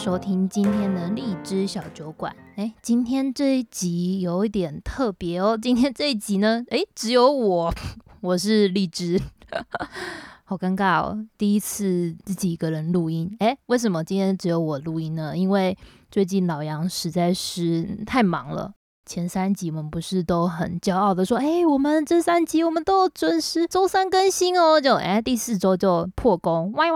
收听今天的荔枝小酒馆。今天这一集有一点特别哦。今天这一集呢，只有我是荔枝，好尴尬哦，第一次自己一个人录音。为什么今天只有我录音呢？因为最近老杨实在是太忙了。前3集我们不是都很骄傲的说，我们这3集我们都准时周3更新哦，就第4周就破功，歪。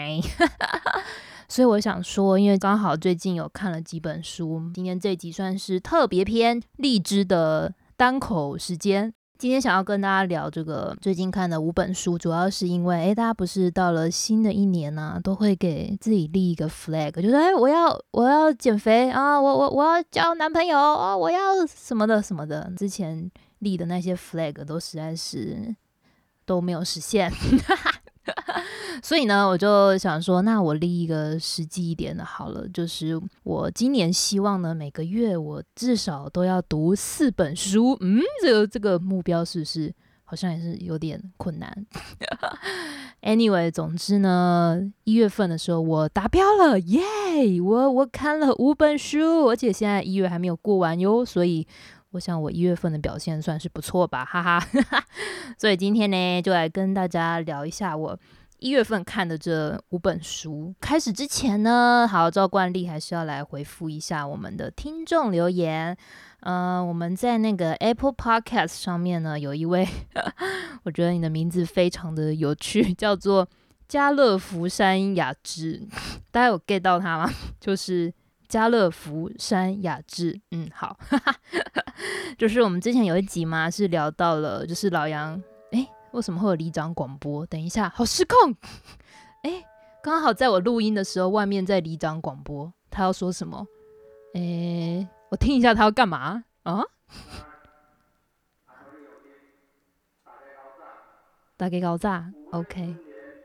所以我想说，因为刚好最近有看了几本书，今天这一集算是特别篇荔枝的单口时间。今天想要跟大家聊这个最近看的5本书，主要是因为大家不是到了新的一年啊，都会给自己立一个 flag， 就是我要减肥啊，我要交男朋友啊，我要什么的什么的。之前立的那些 flag 都实在是都没有实现。所以呢，我就想说，那我立一个实际一点的好了，就是我今年希望呢，每个月我至少都要读4本书。这个目标是不是好像也是有点困难？Anyway， 总之呢，1月份的时候我达标了，耶！我看了5本书，而且现在1月还没有过完哟，所以我想我1月份的表现算是不错吧，哈哈。所以今天呢，就来跟大家聊一下我1月份看的这5本书。开始之前呢，好，照惯例还是要来回复一下我们的听众留言。我们在那个 Apple Podcast 上面呢，有一位我觉得你的名字非常的有趣，叫做家乐福山雅致。大家有 get 到他吗？就是家乐福山雅致。好。就是我们之前有一集嘛，是聊到了就是老杨为什么会有里长广播？等一下，好失控！刚好在我录音的时候，外面在里长广播，他要说什么？我听一下他要干嘛啊？大家高炸 ，OK。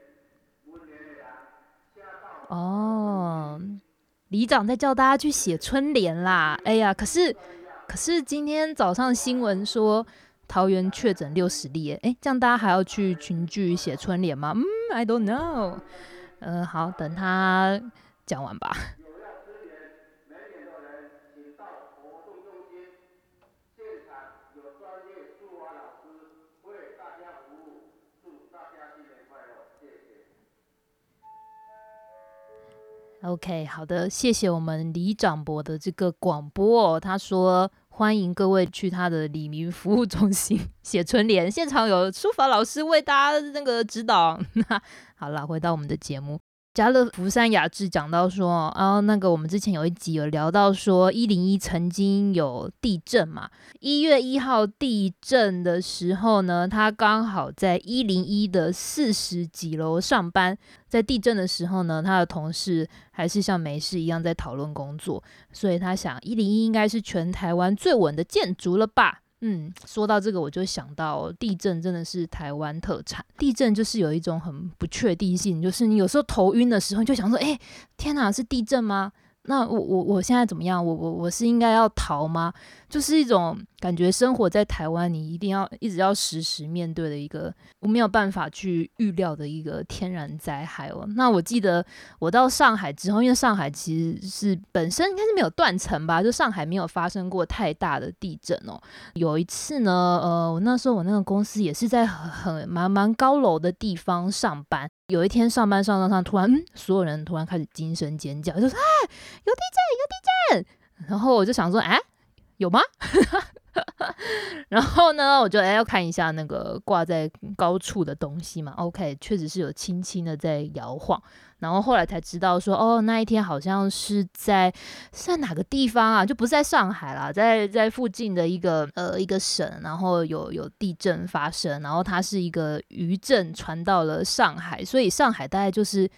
哦，里长在叫大家去写春联啦！可是今天早上新闻说桃园确诊60例，这样大家还要去群聚写春联吗？I don't know。好，等他讲完吧。OK， 好的，谢谢我们李长博的这个广播哦。他说欢迎各位去他的里民服务中心写春联，现场有书法老师为大家那个指导。好了，回到我们的节目。家乐福山雅致讲到说，那个我们之前有一集有聊到说101曾经有地震嘛，1月1号地震的时候呢，他刚好在101的40几楼上班，在地震的时候呢，他的同事还是像没事一样在讨论工作，所以他想101应该是全台湾最稳的建筑了吧。说到这个我就想到地震真的是台湾特产。地震就是有一种很不确定性，就是你有时候头晕的时候你就想说天哪，是地震吗？那我现在怎么样？我是应该要逃吗？就是一种感觉，生活在台湾你一定要一直要时时面对的一个我没有办法去预料的一个天然灾害哦。那我记得我到上海之后，因为上海其实是本身应该是没有断层吧，就上海没有发生过太大的地震哦。有一次呢，我那时候我那个公司也是在蛮高楼的地方上班。有一天上班上，突然所有人突然开始惊声尖叫，就说有地震！然后我就想说有吗？然后呢，我就要看一下那个挂在高处的东西嘛。OK， 确实是有轻轻的在摇晃。然后后来才知道说，那一天好像是在哪个地方啊？就不是在上海啦，在附近的一个省，然后有地震发生，然后它是一个余震传到了上海，所以上海大概就是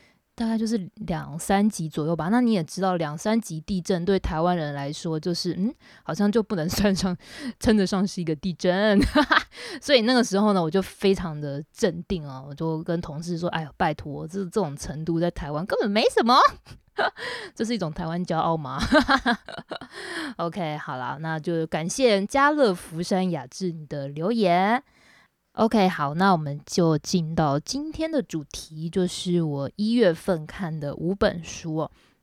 2、3级左右吧。那你也知道2、3级地震对台湾人来说就是好像就不能称得上是一个地震。所以那个时候呢，我就非常的镇定啊，我就跟同事说拜托，这种程度在台湾根本没什么。这是一种台湾骄傲吗？OK， 好啦，那就感谢家乐福山雅致你的留言。OK， 好，那我们就进到今天的主题，就是我1月份看的5本书哦。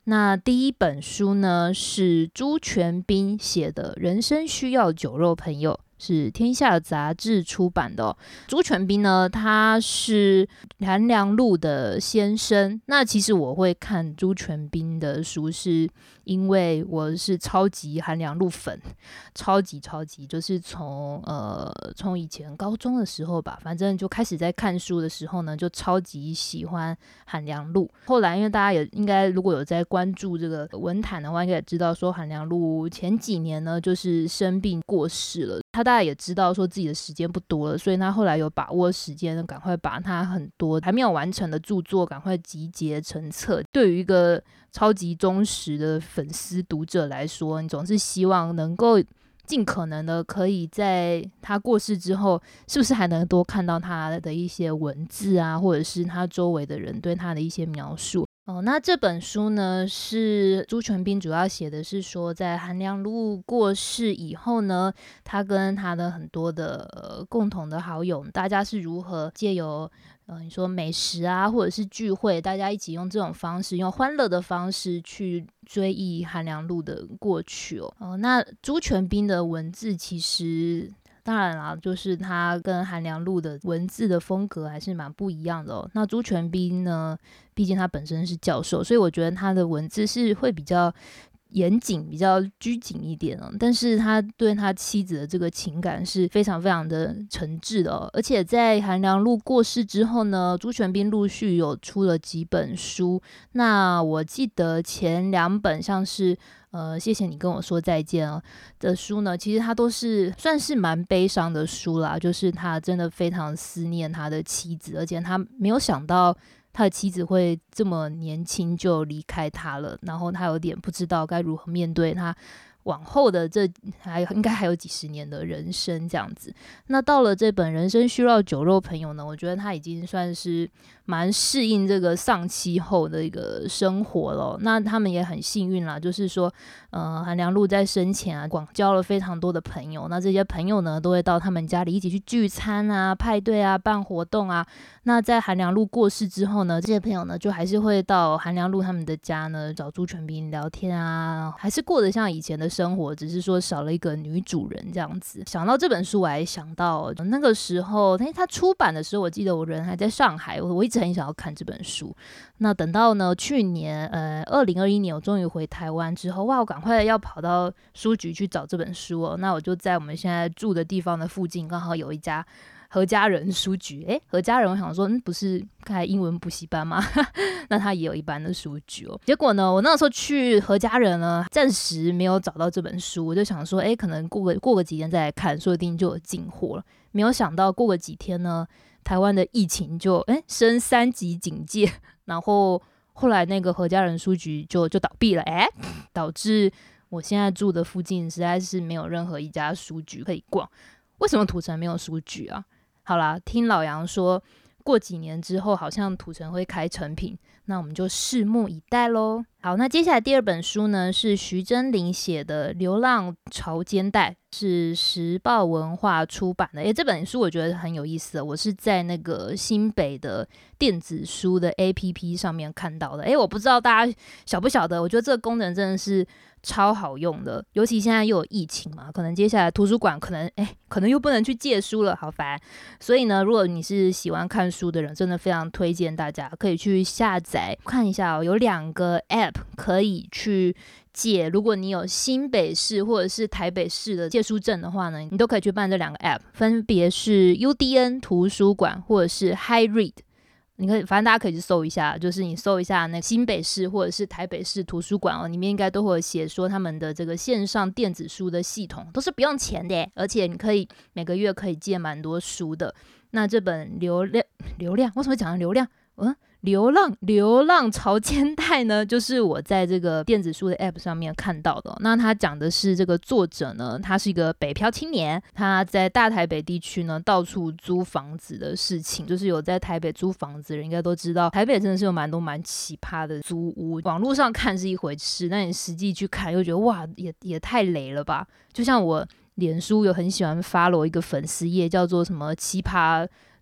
那第一本书呢是朱全斌写的《人生需要酒肉朋友》，是天下杂志出版的朱全斌呢，他是韩良露的先生。那其实我会看朱全斌的书，是因为我是超级韩良露粉，超级，就是从以前高中的时候吧，反正就开始在看书的时候呢，就超级喜欢韩良露。后来因为大家也应该如果有在关注这个文坛的话，应该也知道说韩良露前几年呢就是生病过世了。他大概也知道说自己的时间不多了，所以他后来有把握时间，赶快把他很多还没有完成的著作赶快集结成册。对于一个超级忠实的粉丝读者来说，你总是希望能够尽可能的可以在他过世之后，是不是还能多看到他的一些文字啊，或者是他周围的人对他的一些描述。那这本书呢，是朱全斌主要写的是说，在韩良露过世以后呢，他跟他的很多的共同的好友，大家是如何借由你说美食啊，或者是聚会，大家一起用这种方式，用欢乐的方式去追忆韩良露的过去那朱全斌的文字其实当然啦，就是他跟韩良露的文字的风格还是蛮不一样的那朱全斌呢，毕竟他本身是教授，所以我觉得他的文字是会比较严谨，比较拘谨一点但是他对他妻子的这个情感是非常非常的诚挚的而且在韩良露过世之后呢，朱全斌陆续有出了几本书。那我记得前2本像是谢谢你跟我说再见的书呢，其实他都是算是蛮悲伤的书啦，就是他真的非常思念他的妻子，而且他没有想到他的妻子会这么年轻就离开他了，然后他有点不知道该如何面对他往后的这应该还有几十年的人生这样子。那到了这本《人生需要酒肉朋友》呢，我觉得他已经算是蛮适应这个丧妻后的一个生活了那他们也很幸运啦，就是说韩良露在生前广交了非常多的朋友，那这些朋友呢都会到他们家里一起去聚餐啊、派对啊、办活动啊。那在韩良露过世之后呢，这些朋友呢就还是会到韩良露他们的家呢找朱全斌聊天啊，还是过得像以前的生活，只是说少了一个女主人这样子。想到这本书，我还想到那个时候他出版的时候，我记得我人还在上海，我一直很想要看这本书。那等到呢去年2021年我终于回台湾之后，哇，我赶快要跑到书局去找这本书那我就在我们现在住的地方的附近刚好有一家何家人书局。何家人我想说不是开英文补习班吗那他也有一般的书局结果呢我那时候去何家人呢，暂时没有找到这本书，我就想说可能过个几天再来看，说不定就有进货了。没有想到过个几天呢，台湾的疫情就升3级警戒，然后后来那个何家人书局就倒闭了导致我现在住的附近实在是没有任何一家书局可以逛。为什么土城没有书局啊？好啦，听老杨说过几年之后好像土城会开成品，那我们就拭目以待咯。好，那接下来第2本书呢是徐真菱写的《流浪潮间带》，是时报文化出版的这本书我觉得很有意思我是在那个新北的电子书的 APP 上面看到的我不知道大家晓不晓得，我觉得这个功能真的是超好用的，尤其现在又有疫情嘛，可能接下来图书馆可能又不能去借书了，好烦。所以呢，如果你是喜欢看书的人，真的非常推荐大家可以去下载看一下有2个 App 可以去借。如果你有新北市或者是台北市的借书证的话呢，你都可以去办这2个 App， 分别是 UDN 图书馆或者是 HiRead。你可以，反正大家可以去搜一下，就是你搜一下那新北市或者是台北市图书馆里面应该都会写说他们的这个线上电子书的系统都是不用钱的而且你可以每个月可以借蛮多书的。那这本流量为什么讲到流量流浪潮间带呢，就是我在这个电子书的 App 上面看到的那他讲的是这个作者呢，他是一个北漂青年，他在大台北地区呢到处租房子的事情。就是有在台北租房子的人应该都知道，台北真的是有蛮多蛮奇葩的租屋，网络上看是一回事，但你实际去看又觉得哇也太雷了吧。就像我脸书有很喜欢 follow 一个粉丝页叫做什么奇葩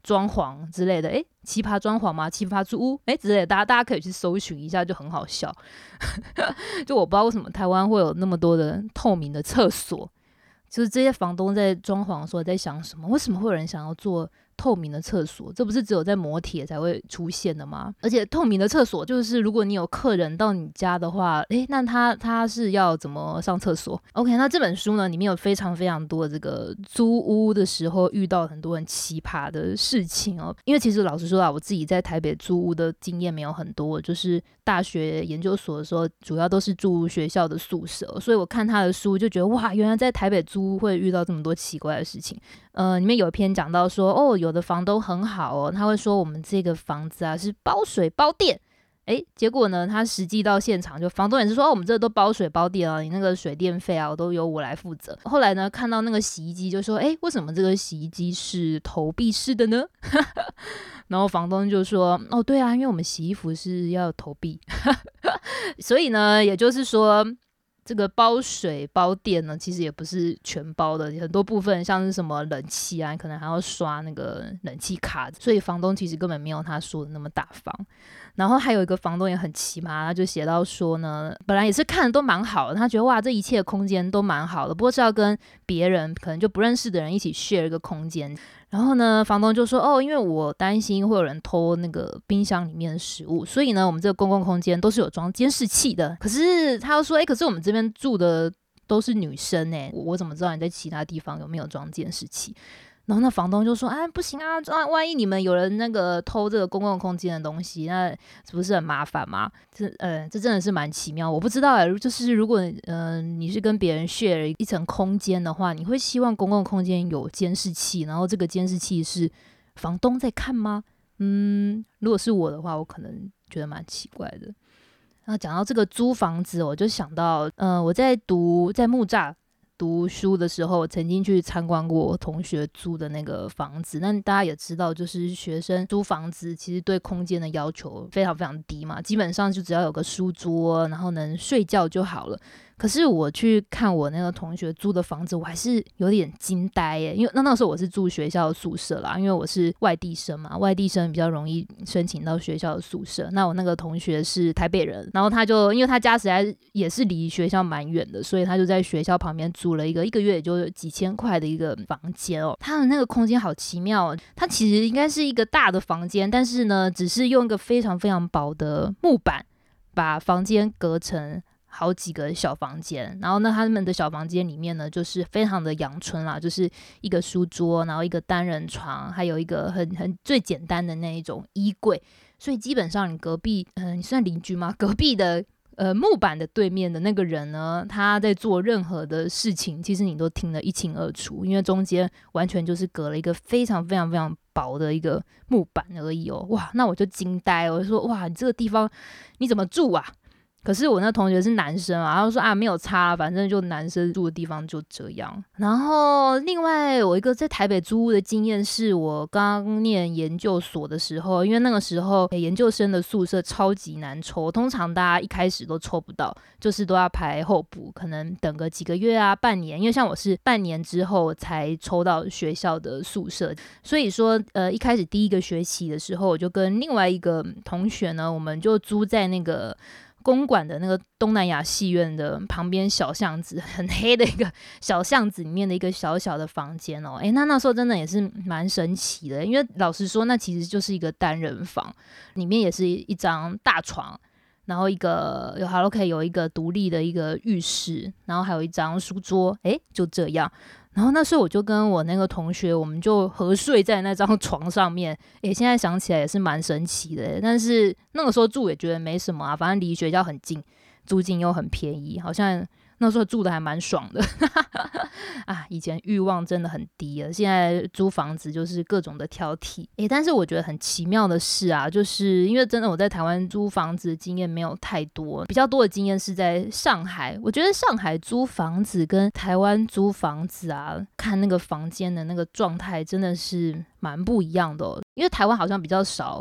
装潢之类的，奇葩装潢吗？奇葩租屋之类的，大家可以去搜寻一下，就很好笑。就我不知道为什么台湾会有那么多的透明的厕所，就是这些房东在装潢的时候在想什么？为什么会有人想要做透明的厕所？这不是只有在摩铁才会出现的吗？而且透明的厕所就是如果你有客人到你家的话，那他是要怎么上厕所 ？OK， 那这本书呢里面有非常非常多的这个租屋的时候遇到很多很奇葩的事情哦。因为其实老实说啊，我自己在台北租屋的经验没有很多，就是大学研究所的时候主要都是住学校的宿舍，所以我看他的书就觉得哇，原来在台北租屋会遇到这么多奇怪的事情。里面有一篇讲到说，有的房东很好哦，他会说我们这个房子啊是包水包电，结果呢，他实际到现场，就房东也是说，我们这都包水包电啊，你那个水电费啊，都由我来负责。后来呢，看到那个洗衣机，就说，为什么这个洗衣机是投币式的呢？然后房东就说，对啊，因为我们洗衣服是要投币，所以呢，也就是说。这个包水包电呢，其实也不是全包的，很多部分像是什么冷气啊，可能还要刷那个冷气卡，所以房东其实根本没有他说的那么大方。然后还有一个房东也很奇葩，他就写到说呢，本来也是看的都蛮好的，他觉得哇，这一切的空间都蛮好的，不过是要跟别人可能就不认识的人一起 share 一个空间。然后呢，房东就说，因为我担心会有人偷那个冰箱里面的食物，所以呢，我们这个公共空间都是有装监视器的。可是他又说，可是我们这边住的都是女生我怎么知道你在其他地方有没有装监视器？然后那房东就说，不行啊，万一你们有人那个偷这个公共空间的东西，那不是很麻烦吗？这真的是蛮奇妙。我不知道就是如果你是跟别人 share 一层空间的话，你会希望公共空间有监视器，然后这个监视器是房东在看吗？如果是我的话，我可能觉得蛮奇怪的。那讲到这个租房子，我就想到我在木栅读书的时候，曾经去参观过我同学租的那个房子。那大家也知道，就是学生租房子其实对空间的要求非常非常低嘛，基本上就只要有个书桌，然后能睡觉就好了。可是我去看我那个同学租的房子，我还是有点惊呆耶，因为那个时候我是住学校的宿舍啦，因为我是外地生嘛，外地生比较容易申请到学校的宿舍。那我那个同学是台北人，然后他就因为他家实在也是离学校蛮远的，所以他就在学校旁边租了一个月也就几千块的一个房间哦。他的那个空间好奇妙哦，他其实应该是一个大的房间，但是呢，只是用一个非常非常薄的木板把房间隔成好几个小房间，然后呢，他们的小房间里面呢，就是非常的阳春啦，就是一个书桌，然后一个单人床，还有一个很最简单的那一种衣柜，所以基本上你隔壁，你算邻居吗？隔壁的木板的对面的那个人呢，他在做任何的事情，其实你都听得一清二楚，因为中间完全就是隔了一个非常非常非常薄的一个木板而已哦。哇，那我就惊呆了，我就说哇，你这个地方你怎么住啊？可是我那同学是男生啊，他就说没有差，反正就男生住的地方就这样。然后另外我一个在台北租屋的经验是，我刚念研究所的时候，因为那个时候研究生的宿舍超级难抽，通常大家一开始都抽不到，就是都要排候补，可能等个几个月啊，半年。因为像我是半年之后才抽到学校的宿舍，所以说一开始第一个学期的时候，我就跟另外一个同学呢，我们就租在那个公馆的那个东南亚戏院的旁边小巷子，很黑的一个小巷子里面的一个小小的房间哦。那时候真的也是蛮神奇的，因为老实说，那其实就是一个单人房，里面也是一张大床，然后可以有一个独立的一个浴室，然后还有一张书桌，就这样。然后那时候我就跟我那个同学，我们就合睡在那张床上面。现在想起来也是蛮神奇的，但是那个时候住也觉得没什么啊，反正离学校很近，租金又很便宜，好像那时候住的还蛮爽的以前欲望真的很低了，现在租房子就是各种的挑剔。但是我觉得很奇妙的是啊，就是因为真的我在台湾租房子的经验没有太多，比较多的经验是在上海。我觉得上海租房子跟台湾租房子啊，看那个房间的那个状态真的是蛮不一样的因为台湾好像比较少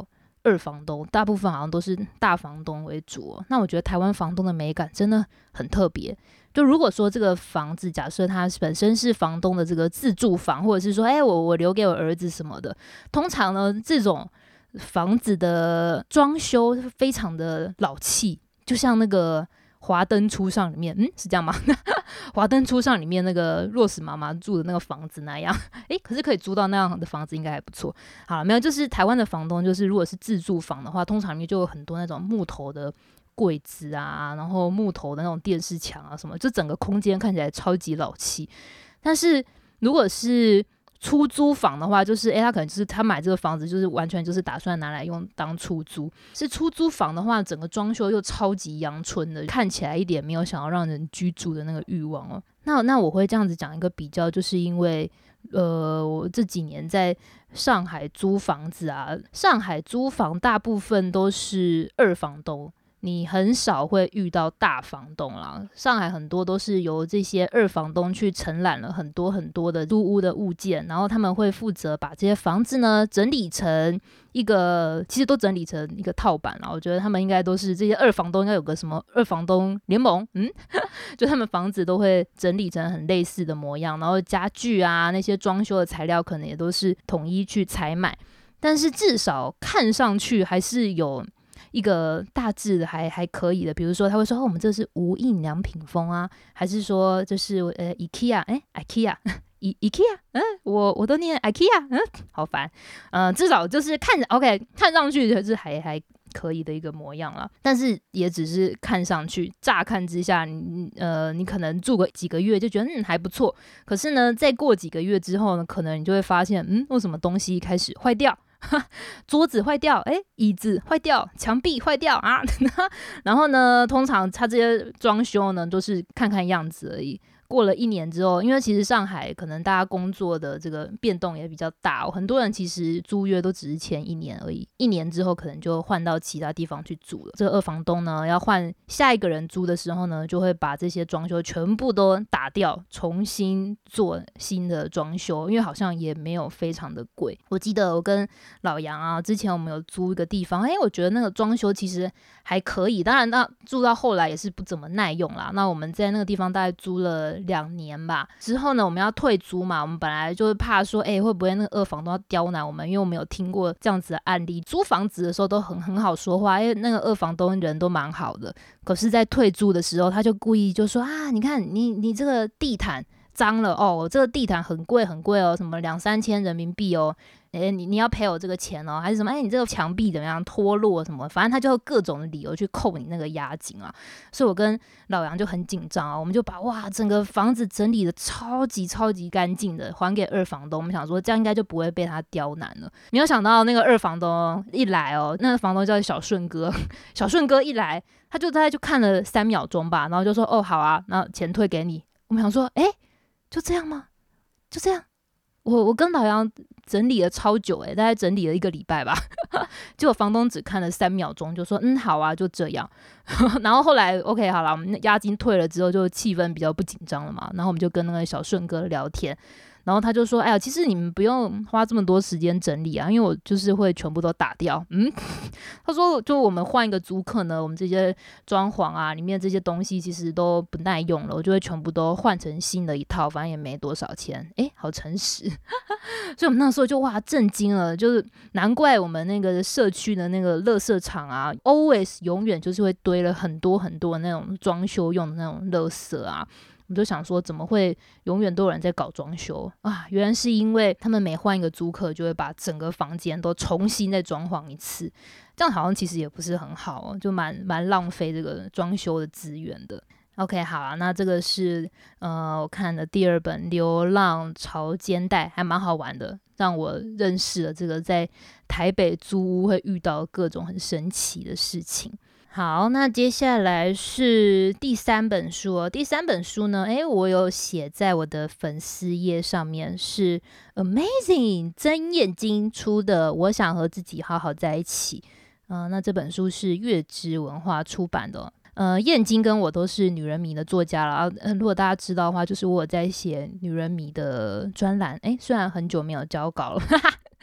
二房东，大部分好像都是大房东为主那我觉得台湾房东的美感真的很特别。就如果说这个房子假设它本身是房东的这个自住房，或者是说我留给我儿子什么的，通常呢这种房子的装修非常的老气，就像那个华灯初上里面是这样吗？华灯初上里面那个Rose妈妈住的那个房子那样可是可以租到那样的房子应该还不错。好了，没有，就是台湾的房东就是如果是自住房的话，通常里面就有很多那种木头的柜子啊，然后木头的那种电视墙啊什么，就整个空间看起来超级老气。但是如果是出租房的话，就是他可能就是他买这个房子就是完全就是打算拿来用当出租。是出租房的话，整个装修又超级阳春的，看起来一点没有想要让人居住的那个欲望那我会这样子讲一个比较，就是因为我这几年在上海租房子啊，上海租房大部分都是二房东，你很少会遇到大房东啦。上海很多都是由这些二房东去承揽了很多很多的租屋的物件，然后他们会负责把这些房子呢整理成一个，其实都整理成一个套版啦。我觉得他们应该都是这些二房东应该有个什么二房东联盟就他们房子都会整理成很类似的模样，然后家具啊那些装修的材料可能也都是统一去采买，但是至少看上去还是有一个大致的还可以的。比如说他会说我们这是无印良品风啊，还是说这是IKEA IKEA IKEA 我都念 IKEA 好烦至少就是看上去就是还可以的一个模样啦，但是也只是看上去，乍看之下你可能住个几个月就觉得还不错，可是呢再过几个月之后呢，可能你就会发现为什么东西开始坏掉桌子坏掉椅子坏掉，墙壁坏掉啊然后呢通常它这些装修呢都是看看样子而已。过了1年之后，因为其实上海可能大家工作的这个变动也比较大很多人其实租约都只是签1年而已，1年之后可能就换到其他地方去住了。这个二房东呢要换下一个人租的时候呢，就会把这些装修全部都打掉，重新做新的装修，因为好像也没有非常的贵。我记得我跟老杨啊，之前我们有租一个地方我觉得那个装修其实还可以，当然那住到后来也是不怎么耐用啦。那我们在那个地方大概租了2年吧，之后呢我们要退租嘛，我们本来就是怕说会不会那个二房东要刁难我们，因为我们有听过这样子的案例，租房子的时候都很好说话，因为那个二房东人都蛮好的，可是在退租的时候他就故意就说你看你这个地毯脏了这个地毯很贵很贵什么2-3千人民币你要赔我这个钱还是什么你这个墙壁怎么样脱落什么，反正他就有各种的理由去扣你那个押金啊。所以我跟老杨就很紧张我们就把整个房子整理的超级超级干净的还给二房东，我们想说这样应该就不会被他刁难了。没有想到那个二房东一来那个房东叫小顺哥小顺哥一来他就大概就看了3秒钟吧，然后就说好啊，那钱退给你。我们想说就这样吗？就这样？我跟老杨整理了超久大概整理了1个礼拜吧结果房东只看了3秒钟就说好啊就这样然后后来 OK 好了，我们押金退了之后就气氛比较不紧张了嘛，然后我们就跟那个小顺哥聊天，然后他就说其实你们不用花这么多时间整理啊，因为我就是会全部都打掉他说就我们换一个租客呢，我们这些装潢啊里面这些东西其实都不耐用了，我就会全部都换成新的一套，反正也没多少钱好诚实所以我们那时候就震惊了，就是难怪我们那个社区的那个垃圾场啊 always 永远就是会堆了很多很多那种装修用的那种垃圾啊。我们就想说怎么会永远都有人在搞装修原来是因为他们每换一个租客就会把整个房间都重新再装潢一次，这样好像其实也不是很好就蛮浪费这个装修的资源的。OK 好啊，那这个是我看的第2本《流浪潮间带》，还蛮好玩的，让我认识了这个在台北租屋会遇到各种很神奇的事情。好，那接下来是第3本书第3本书呢我有写在我的粉丝页上面，是 Amazing 曾燕京出的《我想和自己好好在一起》那这本书是月之文化出版的燕京跟我都是女人迷的作家了如果大家知道的话，就是我有在写女人迷的专栏虽然很久没有交稿了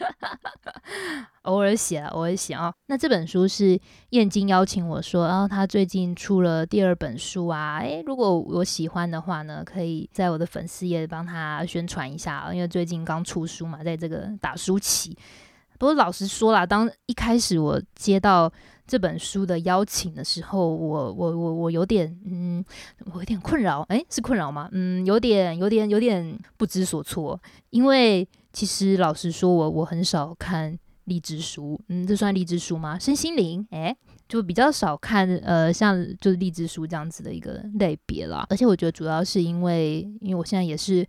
偶尔写啊，偶尔写啊。那这本书是燕京邀请我说，然后他最近出了第2本书啊，如果我喜欢的话呢，可以在我的粉丝页帮他宣传一下，因为最近刚出书嘛，在这个打书期。不过老实说啦，当一开始我接到这本书的邀请的时候，我有点我有点困扰，是困扰吗？有点不知所措，因为其实老实说我很少看励志书，这算励志书吗？身心灵，就比较少看像就是励志书这样子的一个类别啦。而且我觉得主要是因为我现在也是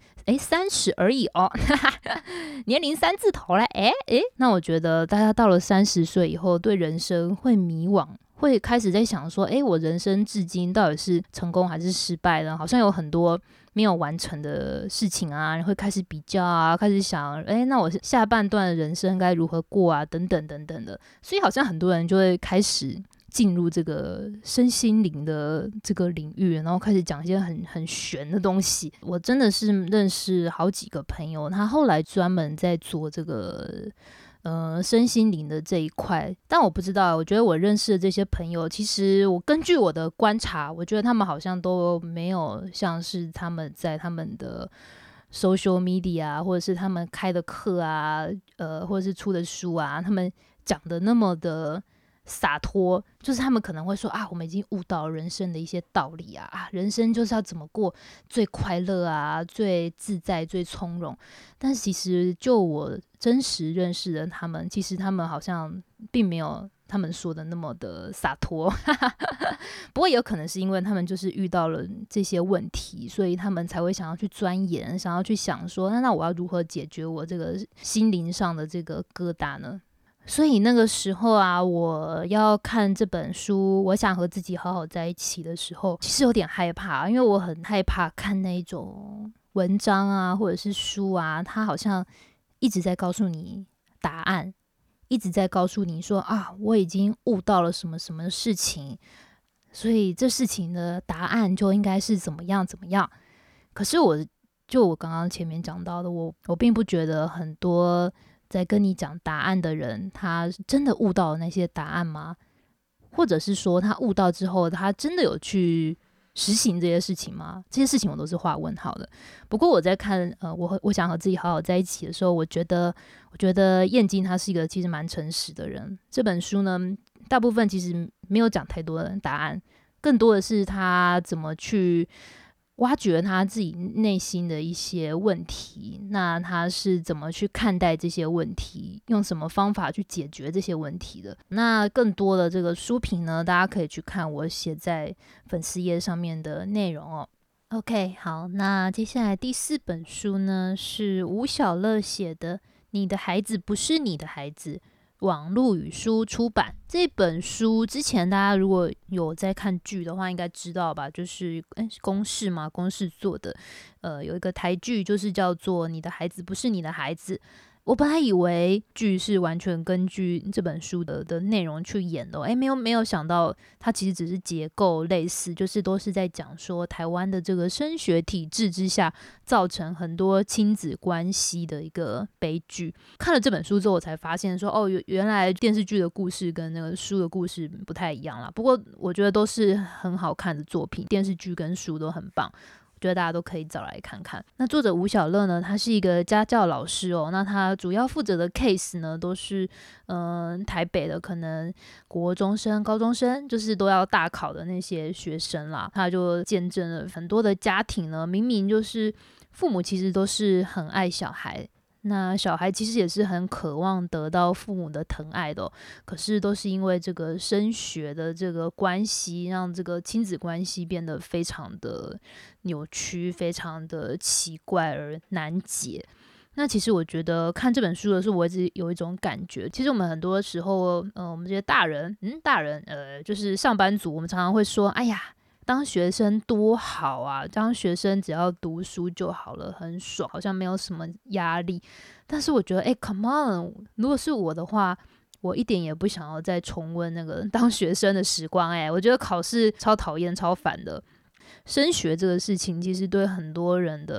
30而已哦，年龄3字头了，那我觉得大家到了30岁以后，对人生会迷惘，会开始在想说，我人生至今到底是成功还是失败呢？好像有很多没有完成的事情啊，会开始比较啊，开始想，那我下半段的人生该如何过啊，等等等等的。所以好像很多人就会开始进入这个身心灵的这个领域，然后开始讲一些很玄的东西。我真的是认识好几个朋友，他后来专门在做这个身心灵的这一块，但我不知道，我觉得我认识的这些朋友，其实我根据我的观察，我觉得他们好像都没有像是他们在他们的 social media 啊，或者是他们开的课啊，或者是出的书啊，他们讲的那么的洒脱，就是他们可能会说啊，我们已经悟到人生的一些道理啊，人生就是要怎么过最快乐啊，最自在，最从容。但是其实就我真实认识的他们，其实他们好像并没有他们说的那么的洒脱不过也有可能是因为他们就是遇到了这些问题，所以他们才会想要去钻研，想要去想说那我要如何解决我这个心灵上的这个疙瘩呢？所以那个时候啊，我要看这本书，我想和自己好好在一起的时候，其实有点害怕，因为我很害怕看那种文章啊，或者是书啊，它好像一直在告诉你答案，一直在告诉你说啊，我已经悟到了什么什么事情，所以这事情的答案就应该是怎么样怎么样。可是我刚刚前面讲到的，我并不觉得很多在跟你讲答案的人，他真的悟到了那些答案吗？或者是说他悟到之后，他真的有去实行这些事情吗？这些事情我都是画问号的。不过我在看我想和自己好好在一起的时候，我觉得燕京他是一个其实蛮诚实的人。这本书呢，大部分其实没有讲太多的答案，更多的是他怎么去挖掘他自己内心的一些问题，那他是怎么去看待这些问题，用什么方法去解决这些问题的。那更多的这个书评呢，大家可以去看我写在粉丝页上面的内容哦。OK， 好，那接下来第4本书呢，是吴晓乐写的《你的孩子不是你的孩子》，网络语书出版。这本书之前大家如果有在看剧的话，应该知道吧？就是公视嘛，公视做的，有一个台剧，就是叫做《你的孩子不是你的孩子》。我本来以为剧是完全根据这本书的内容去演的，没有想到它其实只是结构类似，就是都是在讲说台湾的这个升学体制之下造成很多亲子关系的一个悲剧。看了这本书之后，我才发现说原来电视剧的故事跟那个书的故事不太一样啦。不过我觉得都是很好看的作品，电视剧跟书都很棒。觉得大家都可以找来看看。那作者吴晓乐呢，他是一个家教老师哦。那他主要负责的 case 呢，都是台北的可能国中生、高中生，就是都要大考的那些学生啦。他就见证了很多的家庭呢，明明就是父母其实都是很爱小孩。那小孩其实也是很渴望得到父母的疼爱的可是都是因为这个升学的这个关系，让这个亲子关系变得非常的扭曲，非常的奇怪而难解。那其实我觉得看这本书的时候，我一直有一种感觉，其实我们很多时候，我们这些大人，就是上班族，我们常常会说，哎呀，当学生多好啊！当学生只要读书就好了，很爽，好像没有什么压力。但是我觉得，come on， 如果是我的话，我一点也不想要再重温那个当学生的时光。我觉得考试超讨厌、超烦的。升学这个事情，其实对很多人的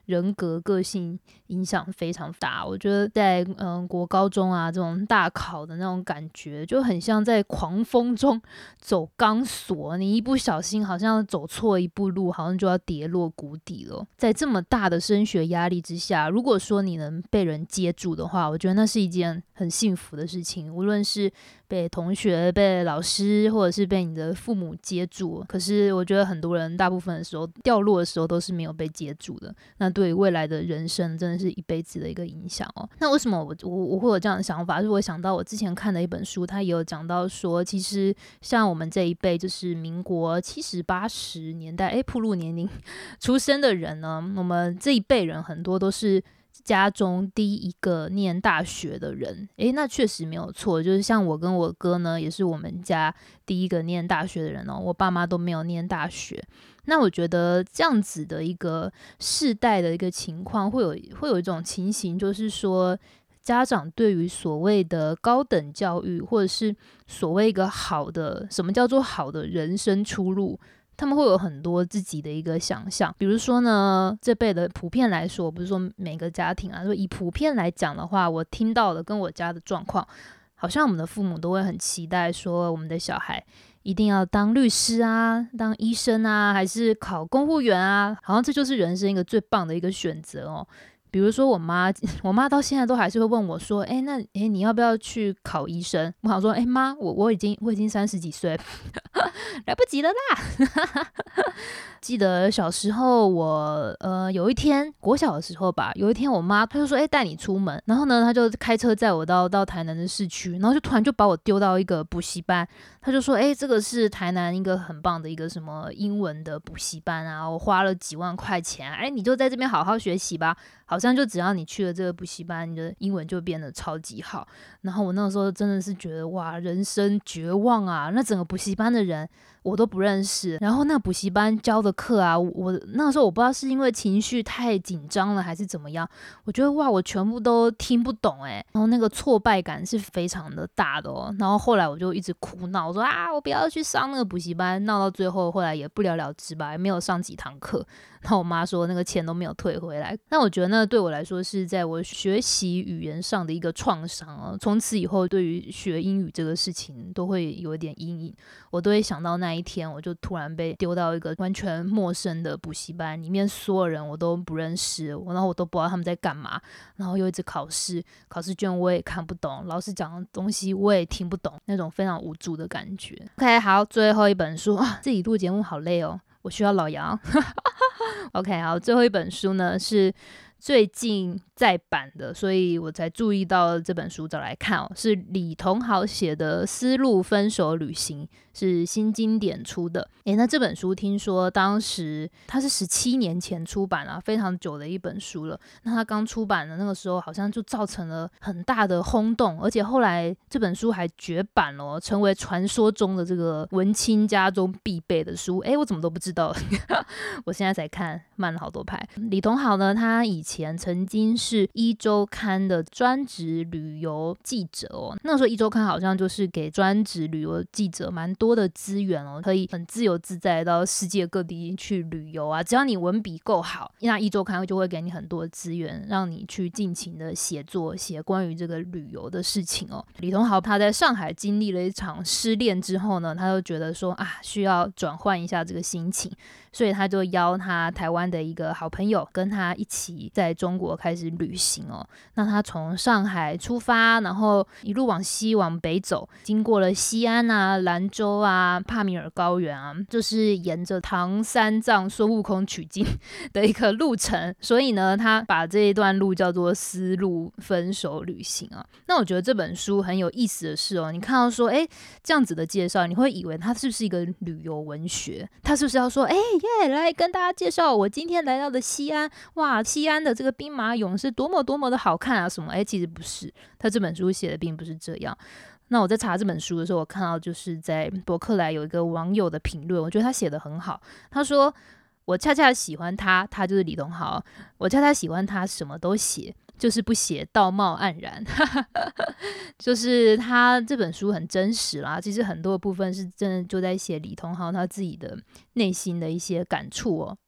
人格个性影响非常大。我觉得在国高中啊这种大考的那种感觉，就很像在狂风中走钢索，你一不小心好像走错一步路，好像就要跌落谷底了。在这么大的升学压力之下，如果说你能被人接住的话，我觉得那是一件很幸福的事情，无论是被同学、被老师，或者是被你的父母接住。可是我觉得很多人大部分的时候掉落的时候都是没有被接住的，那对于未来的人生真的是一辈子的一个影响哦。那为什么我会有这样的想法？是我想到我之前看的一本书，它也有讲到说，其实像我们这一辈，就是民国70、80年代，暴露年龄出生的人呢，我们这一辈人很多都是家中第一个念大学的人。那确实没有错，就是像我跟我哥呢，也是我们家第一个念大学的人哦，我爸妈都没有念大学。那我觉得这样子的一个世代的一个情况，会有一种情形，就是说家长对于所谓的高等教育，或者是所谓一个好的，什么叫做好的人生出路，他们会有很多自己的一个想象。比如说呢，这辈的普遍来说，不是说每个家庭啊，说以普遍来讲的话，我听到的跟我家的状况，好像我们的父母都会很期待说，我们的小孩一定要当律师啊，当医生啊，还是考公务员啊，好像这就是人生一个最棒的一个选择哦。比如说我妈到现在都还是会问我说，你要不要去考医生？我想说，妈，我已经30几岁，来不及了啦。记得小时候我有一天国小的时候吧，有一天我妈她就说，带你出门，然后呢，她就开车载我到台南的市区，然后就突然就把我丢到一个补习班，她就说，这个是台南一个很棒的一个什么英文的补习班啊，我花了几万块钱，你就在这边好好学习吧。好像就只要你去了这个补习班，你的英文就变得超级好。然后我那个时候真的是觉得哇，人生绝望啊！那整个补习班的人我都不认识，然后那补习班教的课啊，我那个时候我不知道是因为情绪太紧张了还是怎么样，我觉得哇，我全部都听不懂然后那个挫败感是非常的大的哦。然后后来我就一直哭闹，我说我不要去上那个补习班，闹到最后后来也不了了之吧，也没有上几堂课。然后我妈说那个钱都没有退回来。那我觉得那对我来说是在我学习语言上的一个创伤哦。从此以后对于学英语这个事情都会有一点阴影，我都会想到那一天我就突然被丢到一个完全陌生的补习班，里面所有人我都不认识，然后我都不知道他们在干嘛，然后又一直考试卷我也看不懂，老师讲的东西我也听不懂，那种非常无助的感觉。 OK， 好，最后一本书自己录节目好累哦，我需要老杨。OK， 好，最后一本书呢是最近再版的，所以我才注意到这本书找来看哦，是李同豪写的《丝路分手旅行》，是新经典出的。那这本书听说当时它是17年前出版啊，非常久的一本书了。那它刚出版的那个时候好像就造成了很大的轰动，而且后来这本书还绝版了，成为传说中的这个文青家中必备的书。我怎么都不知道我现在才看，慢了好多拍。李同豪呢，他以前曾经是一周刊的专职旅游记者哦。那个时候一周刊好像就是给专职旅游记者蛮多的资源哦，可以很自由自在到世界各地去旅游啊。只要你文笔够好，那一周刊就会给你很多的资源，让你去尽情的写作，写关于这个旅游的事情哦。李同豪他在上海经历了一场失恋之后呢，他就觉得说需要转换一下这个心情，所以他就邀他台湾的一个好朋友跟他一起在中国开始旅行哦。那他从上海出发，然后一路往西往北走，经过了西安啊、兰州啊、帕米尔高原啊，就是沿着唐三藏孙悟空取经的一个路程。所以呢，他把这一段路叫做丝路分手旅行啊。那我觉得这本书很有意思的是哦，你看到说这样子的介绍，你会以为它是不是一个旅游文学？它是不是要说来跟大家介绍我今天来到的西安，哇，西安的这个兵马俑是多么多么的好看啊什么？其实不是，他这本书写的并不是这样。那我在查这本书的时候，我看到就是在博客来有一个网友的评论，我觉得他写得很好。他说我恰恰喜欢他就是李同豪，我恰恰喜欢他什么都写，就是不写道貌岸然就是他这本书很真实啦，其实很多部分是真的就在写李同豪他自己的内心的一些感触哦。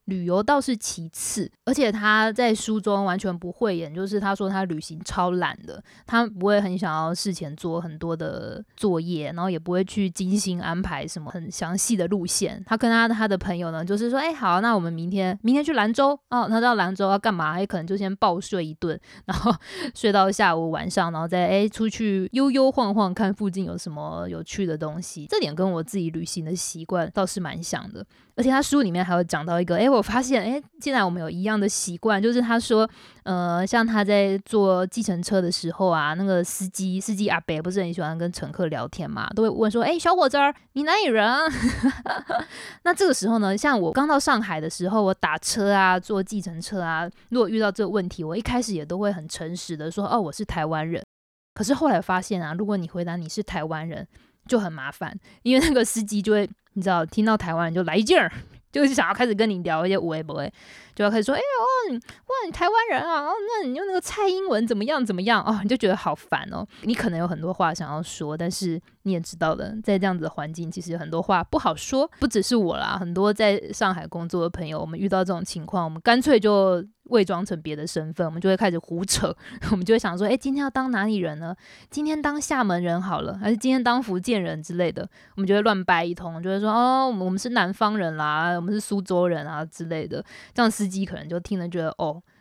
旅游倒是其次，而且他在书中完全不讳言，就是他说他旅行超懒的，他不会很想要事前做很多的作业，然后也不会去精心安排什么很详细的路线。他跟他的朋友呢，就是说，好，那我们明天去兰州哦。他到兰州要干嘛？可能就先暴睡一顿，然后睡到下午晚上，然后再出去悠悠晃晃，看附近有什么有趣的东西。这点跟我自己旅行的习惯倒是蛮像的。而且他书里面还有讲到一个，我发现，竟然我们有一样的习惯，就是他说，像他在坐计程车的时候啊，那个司机阿伯不是很喜欢跟乘客聊天嘛，都会问说，小伙子儿，你哪里人啊？那这个时候呢，像我刚到上海的时候，我打车啊，坐计程车啊，如果遇到这个问题，我一开始也都会很诚实的说，我是台湾人。可是后来发现啊，如果你回答你是台湾人，就很麻烦，因为那个司机就会，你知道，听到台湾人就来劲儿，就是想要开始跟你聊一些有的没的，就要开始说，你台湾人啊，那你用那个蔡英文怎么样哦，你就觉得好烦哦。你可能有很多话想要说，但是你也知道的，在这样子的环境，其实很多话不好说。不只是我啦，很多在上海工作的朋友，我们遇到这种情况，我们干脆就伪装成别的身份，我们就会开始胡扯，我们就会想说，今天要当哪里人呢？今天当厦门人好了，还是今天当福建人之类的？我们就会乱掰一通，就会说，我们是南方人啦，我们是苏州人啊之类的。这样司机可能就听了觉得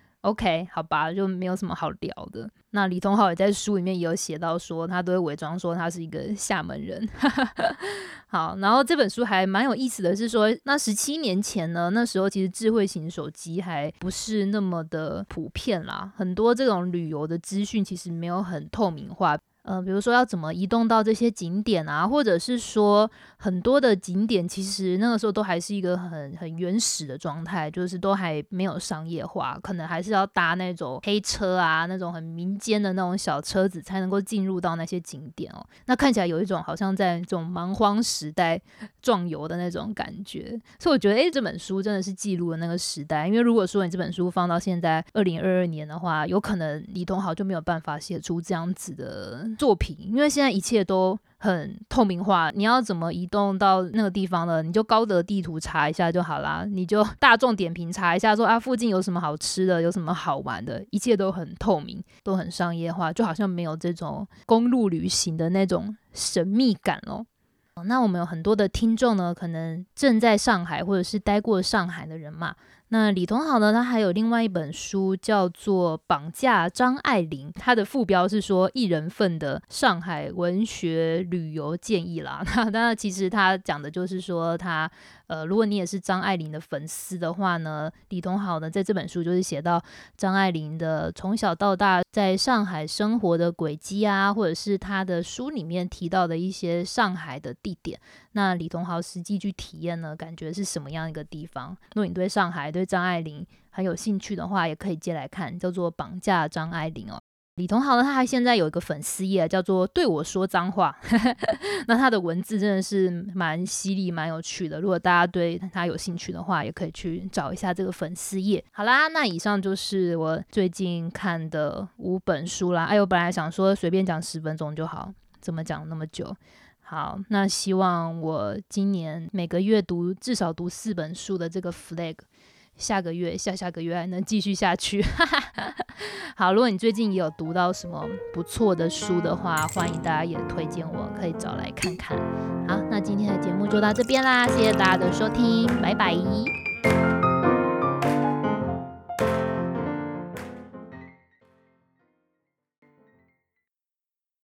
OK， 好吧，就没有什么好聊的。那李同豪也在书里面也有写到说，他都会伪装说他是一个厦门人。好，然后这本书还蛮有意思的是说，那17年前呢，那时候其实智慧型手机还不是那么的普遍啦，很多这种旅游的资讯其实没有很透明化。比如说要怎么移动到这些景点啊，或者是说很多的景点其实那个时候都还是一个很原始的状态，就是都还没有商业化，可能还是要搭那种黑车啊，那种很民间的那种小车子才能够进入到那些景点哦。那看起来有一种好像在这种蛮荒时代壮游的那种感觉，所以我觉得这本书真的是记录了那个时代。因为如果说你这本书放到现在2022年的话，有可能李同豪就没有办法写出这样子的作品，因为现在一切都很透明化，你要怎么移动到那个地方呢？你就高德地图查一下就好啦，你就大众点评查一下说附近有什么好吃的，有什么好玩的，一切都很透明，都很商业化，就好像没有这种公路旅行的那种神秘感咯。那我们有很多的听众呢，可能正在上海或者是待过上海的人嘛。那李同豪呢，他还有另外一本书叫做《绑架张爱玲》，他的副标是说一人份的上海文学旅游建议啦。那其实他讲的就是说他如果你也是张爱玲的粉丝的话呢，李同豪呢在这本书就是写到张爱玲的从小到大在上海生活的轨迹啊，或者是他的书里面提到的一些上海的地点。那李同豪实际去体验呢，感觉是什么样一个地方？如果你对上海、对张爱玲很有兴趣的话，也可以借来看，叫做《绑架张爱玲》哦。李同豪呢，他还现在有一个粉丝页叫做对我说脏话那他的文字真的是蛮犀利蛮有趣的，如果大家对他有兴趣的话，也可以去找一下这个粉丝页。好啦，那以上就是我最近看的5本书啦。我本来想说随便讲10分钟就好，怎么讲那么久？好，那希望我今年每个月至少读4本书的这个 flag， 下个月下个月还能继续下去好，如果你最近也有读到什么不错的书的话，欢迎大家也推荐我，可以找来看看。好，那今天的节目就到这边啦，谢谢大家的收听，拜拜。